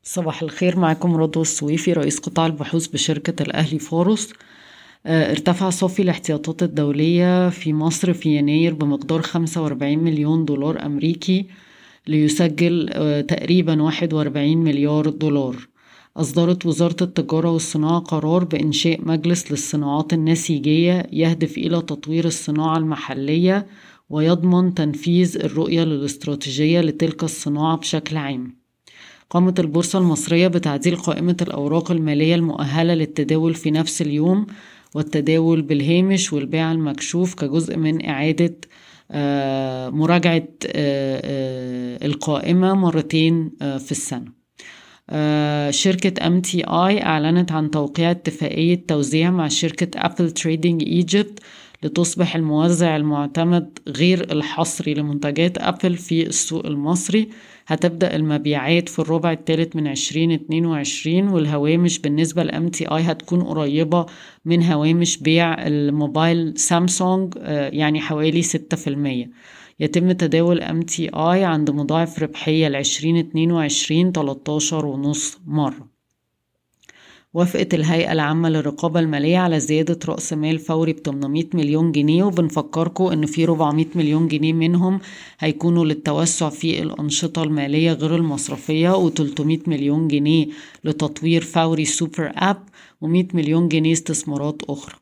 صباح الخير، معكم رضوى السويفي رئيس قطاع البحوث بشركة الأهلي فورس. ارتفع صافي الاحتياطات الدولية في مصر في يناير بمقدار 45 مليون دولار أمريكي ليسجل تقريبا 41 مليار دولار. أصدرت وزارة التجارة والصناعة قرار بإنشاء مجلس للصناعات النسيجية يهدف إلى تطوير الصناعة المحلية ويضمن تنفيذ الرؤية الاستراتيجية لتلك الصناعة بشكل عام. قامت البورصة المصرية بتعديل قائمة الأوراق المالية المؤهلة للتداول في نفس اليوم والتداول بالهامش والبيع المكشوف كجزء من إعادة مراجعة القائمة مرتين في السنة. شركة MTI أعلنت عن توقيع اتفاقية توزيع مع شركة أبل تريدينج إيجيبت لتصبح الموزع المعتمد غير الحصري لمنتجات أبل في السوق المصري. هتبدأ المبيعات في الربع الثالث من 2022، والهوامش بالنسبة لMTI هتكون قريبة من هوامش بيع الموبايل سامسونج، يعني حوالي 6%. يتم تداول MTI عند مضاعف ربحية 2022 13.5 مرة. وافقت الهيئة العامة للرقابة المالية على زيادة رأس مال فوري ب 800 مليون جنيه، وبنفكركم ان في 400 مليون جنيه منهم هيكونوا للتوسع في الأنشطة المالية غير المصرفية، و300 مليون جنيه لتطوير فوري سوبر أب، و100 مليون جنيه استثمارات أخرى.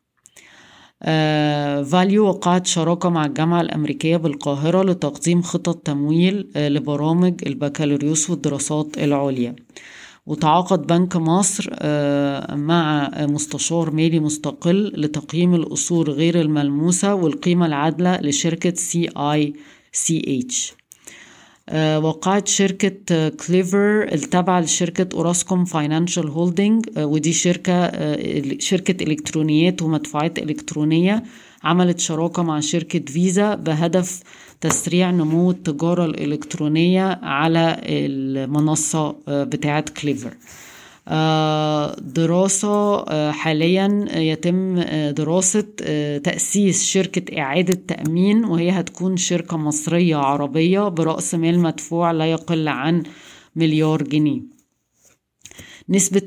فاليو وقعت شراكة مع الجامعة الأمريكية بالقاهرة لتقديم خطط تمويل لبرامج البكالوريوس والدراسات العليا. وتعاقد بنك مصر مع مستشار مالي مستقل لتقييم الأصول غير الملموسة والقيمة العادلة لشركة CICH. وقعت شركة كليفر التابعة لشركة أوراسكوم فاينانشال هولدينج، ودي شركة إلكترونيات ومدفوعات إلكترونية، عملت شراكة مع شركة فيزا بهدف تسريع نمو التجارة الإلكترونية على المنصة بتاعت كليفر. دراسة حاليا يتم دراسة تأسيس شركة إعادة تأمين، وهي هتكون شركة مصرية عربية برأس مال مدفوع لا يقل عن 1 مليار جنيه. نسبة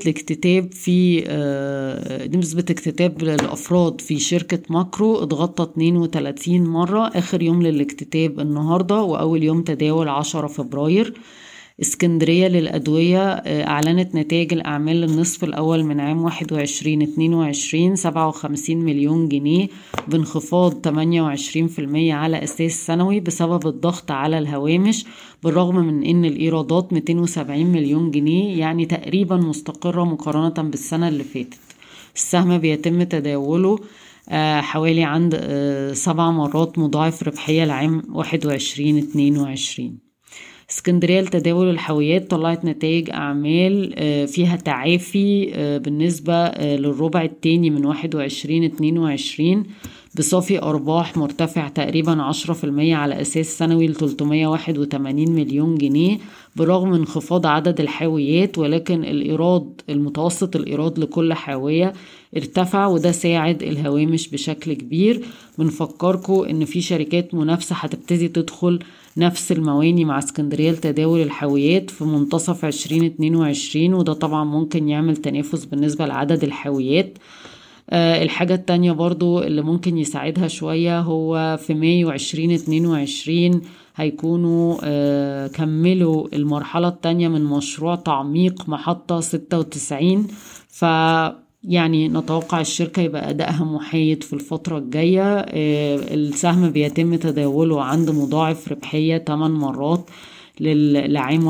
اكتتاب الأفراد في شركة ماكرو اتغطى 32 مرة. آخر يوم للاكتتاب النهاردة، وأول يوم تداول 10 فبراير. اسكندرية للأدوية أعلنت نتائج الأعمال للنصف الأول من عام 21-22 57 مليون جنيه بانخفاض 28% على أساس سنوي بسبب الضغط على الهوامش، بالرغم من أن الإيرادات 270 مليون جنيه، يعني تقريبا مستقرة مقارنة بالسنة اللي فاتت. السهم بيتم تداوله حوالي عند 7 مرات مضاعف ربحية لعام 21-22. اسكندرية لتداول الحاويات طلعت نتائج أعمال فيها تعافي بالنسبة للربع الثاني من 21-22 بصافي أرباح مرتفع تقريبا 10% على أساس سنوي ل 381 مليون جنيه برغم انخفاض عدد الحاويات، ولكن المتوسط الإيراد لكل حاوية ارتفع، وده ساعد الهوامش بشكل كبير. بنفكركم إن في شركات منافسة هتبتدي تدخل نفس المواني مع اسكندرية لتداول الحاويات في منتصف 2022، وده طبعا ممكن يعمل تنافس بالنسبة لعدد الحاويات. الحاجة التانية برضو اللي ممكن يساعدها شوية هو في مايو 2022 هيكونوا كملوا المرحلة التانية من مشروع تعميق محطة 96، يعني نتوقع الشركة يبقى أدائها محايد في الفترة الجاية. السهم بيتم تداوله عند مضاعف ربحية 8 مرات لعام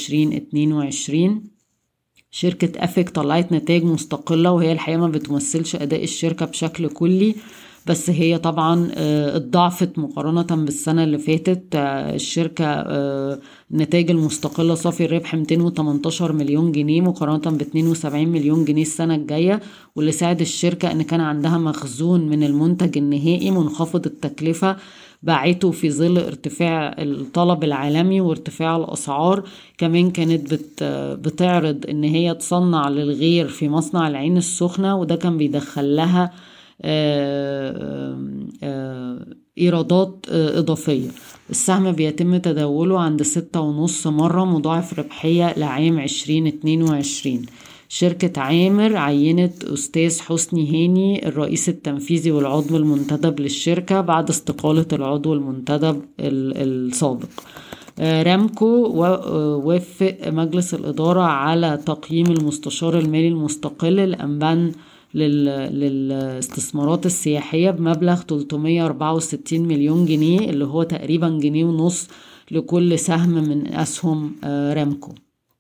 21-22. شركة أفيك طلعت نتائج مستقلة، وهي الحقيقة ما بتمثلش أداء الشركة بشكل كلي، بس هي طبعا اتضاعفت مقارنة بالسنة اللي فاتت. الشركة النتائج المستقلة صافي الربح 218 مليون جنيه مقارنة ب 72 مليون جنيه السنة الجاية، واللي ساعد الشركة ان كان عندها مخزون من المنتج النهائي منخفض التكلفة باعته في ظل ارتفاع الطلب العالمي وارتفاع الأسعار. كمان كانت بتعرض ان هي تصنع للغير في مصنع العين السخنة، وده كان بيدخل لها إيرادات إضافية. السهم بيتم تداوله عند 6.5 مرة مضاعف ربحية لعام 2022. شركة عامر عينت أستاذ حسني هاني الرئيس التنفيذي والعضو المنتدب للشركة بعد استقالة العضو المنتدب السابق. رامكو وافق مجلس الإدارة على تقييم المستشار المالي المستقل الأنبان للاستثمارات السياحية بمبلغ 364 مليون جنيه، اللي هو تقريبا 1.5 جنيه لكل سهم من أسهم رامكو.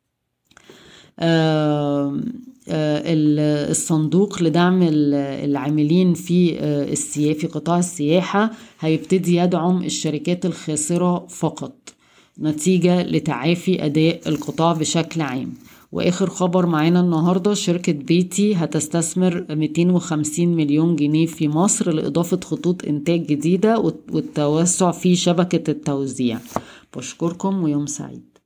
الصندوق لدعم العاملين في قطاع السياحة هيبتدي يدعم الشركات الخاسرة فقط نتيجة لتعافي أداء القطاع بشكل عام. وآخر خبر معانا النهاردة، شركة بيتي هتستثمر 250 مليون جنيه في مصر لإضافة خطوط إنتاج جديدة والتوسع في شبكة التوزيع. بشكركم ويوم سعيد.